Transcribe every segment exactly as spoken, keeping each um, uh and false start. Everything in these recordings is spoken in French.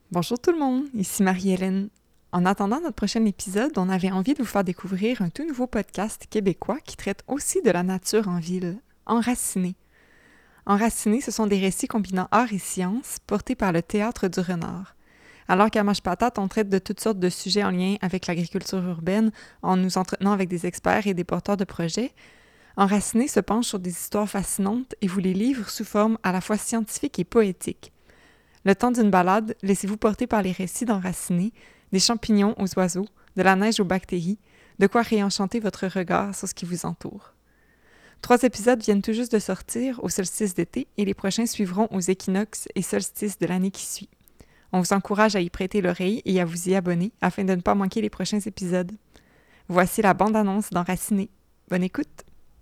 Bonjour tout le monde, ici Marie-Hélène. En attendant notre prochain épisode, on avait envie de vous faire découvrir un tout nouveau podcast québécois qui traite aussi de la nature en ville, Enraciné. Enraciné, ce sont des récits combinant art et science portés par le Théâtre du Renard. Alors qu'à Mâche Patate, on traite de toutes sortes de sujets en lien avec l'agriculture urbaine en nous entretenant avec des experts et des porteurs de projets, Enraciné se penche sur des histoires fascinantes et vous les livre sous forme à la fois scientifique et poétique. Le temps d'une balade, laissez-vous porter par les récits d'Enraciné, des champignons aux oiseaux, de la neige aux bactéries, de quoi réenchanter votre regard sur ce qui vous entoure. Trois épisodes viennent tout juste de sortir au solstice d'été et les prochains suivront aux équinoxes et solstices de l'année qui suit. On vous encourage à y prêter l'oreille et à vous y abonner afin de ne pas manquer les prochains épisodes. Voici la bande-annonce d'Enraciné. Bonne écoute!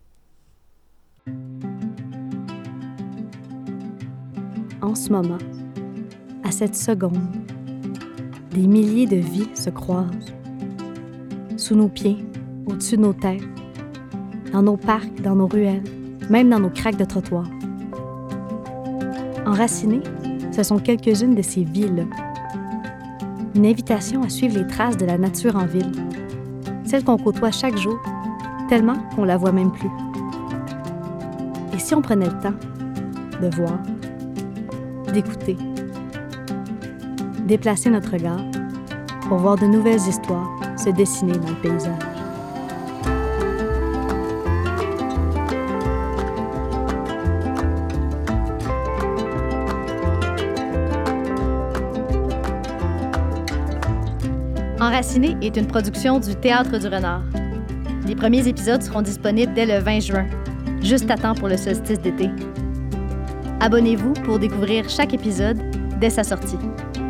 En ce moment, à cette seconde, des milliers de vies se croisent. Sous nos pieds, au-dessus de nos têtes, dans nos parcs, dans nos ruelles, même dans nos craques de trottoir. Enracinées, ce sont quelques-unes de ces vies-là. Une invitation à suivre les traces de la nature en ville, celle qu'on côtoie chaque jour, tellement qu'on la voit même plus. Et si on prenait le temps de voir, d'écouter, déplacer notre regard pour voir de nouvelles histoires se dessiner dans le paysage. Enraciné est une production du Théâtre du Renard. Les premiers épisodes seront disponibles dès le vingt juin, juste à temps pour le solstice d'été. Abonnez-vous pour découvrir chaque épisode dès sa sortie.